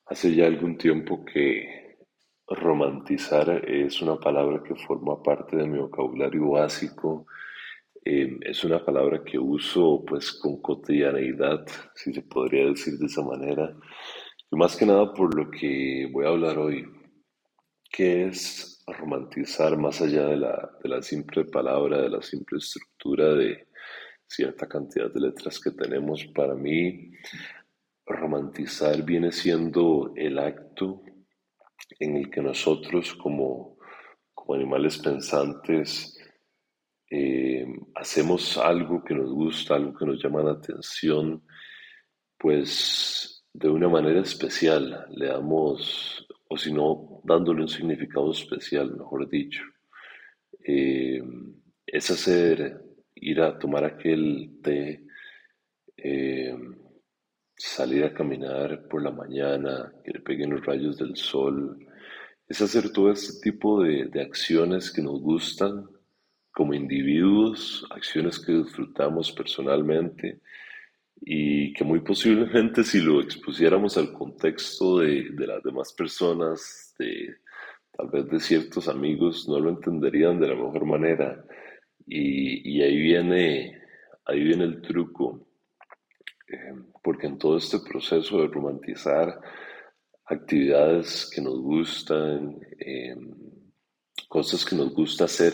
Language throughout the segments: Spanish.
Hace ya algún tiempo que romantizar es una palabra que forma parte de mi vocabulario básico. Es una palabra que uso pues con cotidianeidad, si se podría decir de esa manera. Y más que nada por lo que voy a hablar hoy, que es romantizar más allá de la simple palabra, de la simple estructura de cierta cantidad de letras que tenemos. Para mí, romantizar viene siendo el acto en el que nosotros como animales pensantes hacemos algo que nos gusta, algo que nos llama la atención, pues de una manera especial, le damos, o si no, dándole un significado especial, mejor dicho. Eh, es hacer, ir a tomar aquel té, eh, salir a caminar por la mañana, que le peguen los rayos del sol, es hacer todo este tipo de acciones que nos gustan como individuos, acciones que disfrutamos personalmente y que muy posiblemente si lo expusiéramos al contexto de las demás personas, de tal vez de ciertos amigos, no lo entenderían de la mejor manera. Y ahí viene el truco, porque en todo este proceso de romantizar actividades que nos gustan, cosas que nos gusta hacer,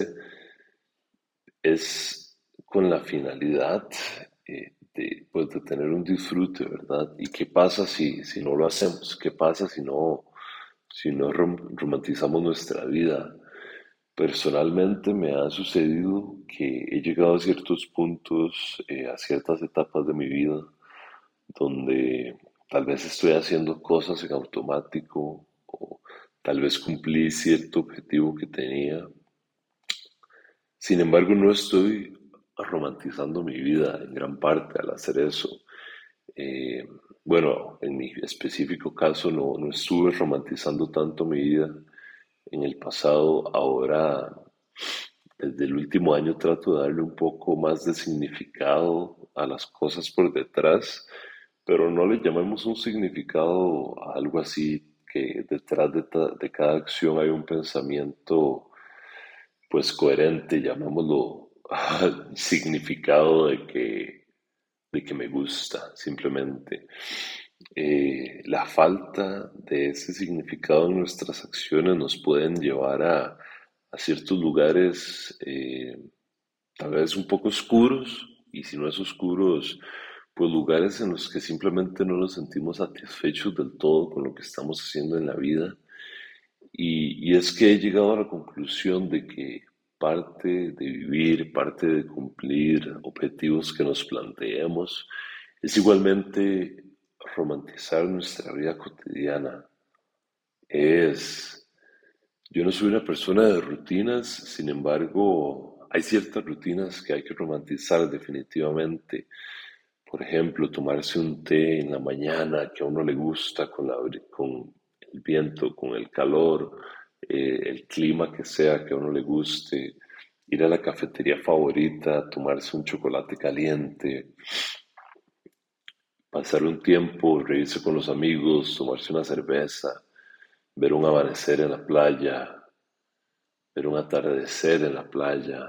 es con la finalidad pues, de tener un disfrute, ¿verdad? ¿Y qué pasa si no lo hacemos? ¿Qué pasa si no romantizamos nuestra vida? Personalmente me ha sucedido que he llegado a ciertos puntos, a ciertas etapas de mi vida, donde tal vez estoy haciendo cosas en automático o tal vez cumplí cierto objetivo que tenía. Sin embargo, no estoy romantizando mi vida en gran parte al hacer eso. Eh, bueno, en mi específico caso no estuve romantizando tanto mi vida en el pasado. Ahora, desde el último año trato de darle un poco más de significado a las cosas por detrás, pero no le llamemos un significado a algo así que detrás de cada acción hay un pensamiento pues coherente, llamémoslo, significado de que me gusta, simplemente. La falta de ese significado en nuestras acciones nos pueden llevar a ciertos lugares tal vez un poco oscuros, y si no es oscuros, pues lugares en los que simplemente no nos sentimos satisfechos del todo con lo que estamos haciendo en la vida. Y es que he llegado a la conclusión de que parte de vivir, parte de cumplir objetivos que nos planteemos, es igualmente romantizar nuestra vida cotidiana. Es, yo no soy una persona de rutinas, sin embargo, hay ciertas rutinas que hay que romantizar definitivamente. Por ejemplo, tomarse un té en la mañana que a uno le gusta con el viento, con el calor, el clima que sea que a uno le guste, ir a la cafetería favorita, tomarse un chocolate caliente, pasar un tiempo, reírse con los amigos, tomarse una cerveza, ver un amanecer en la playa, ver un atardecer en la playa,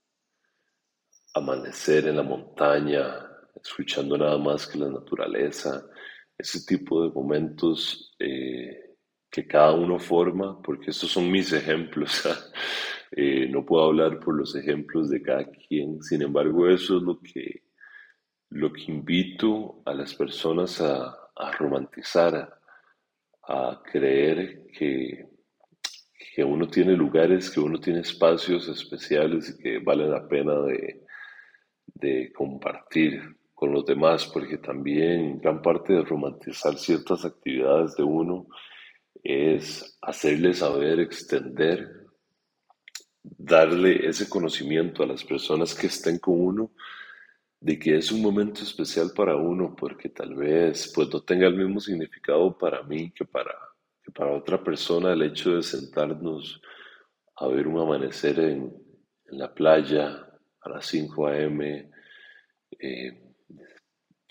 amanecer en la montaña, escuchando nada más que la naturaleza, ese tipo de momentos que cada uno forma, porque estos son mis ejemplos. No puedo hablar por los ejemplos de cada quien, sin embargo, eso es lo que invito a las personas a romantizar, a creer que uno tiene lugares, que uno tiene espacios especiales y que vale la pena de compartir con los demás, porque también gran parte de romantizar ciertas actividades de uno es hacerle saber, extender, darle ese conocimiento a las personas que estén con uno de que es un momento especial para uno, porque tal vez pues no tenga el mismo significado para mí que para otra persona el hecho de sentarnos a ver un amanecer en la playa a las 5 a.m.,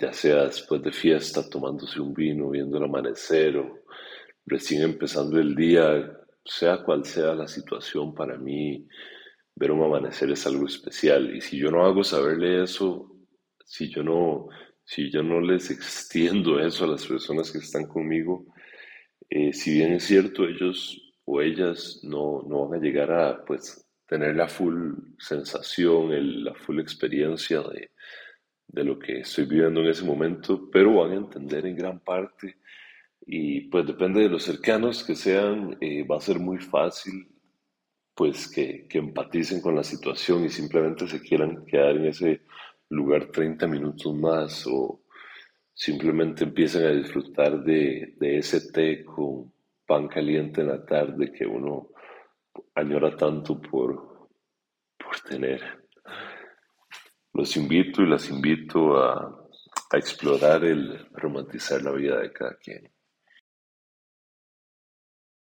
ya sea después de fiesta, tomándose un vino, viendo el amanecer o recién empezando el día, sea cual sea la situación, para mí ver un amanecer es algo especial. Y si yo no hago saberle eso, si yo no, si yo no les extiendo eso a las personas que están conmigo, si bien es cierto, ellos o ellas no van a llegar a pues tener la full sensación, la full experiencia de lo que estoy viviendo en ese momento, pero van a entender en gran parte y pues depende de los cercanos que sean, va a ser muy fácil pues que empaticen con la situación y simplemente se quieran quedar en ese lugar 30 minutos más o simplemente empiecen a disfrutar de ese té con pan caliente en la tarde que uno añora tanto por tener. Los invito y las invito a explorar el romantizar la vida de cada quien.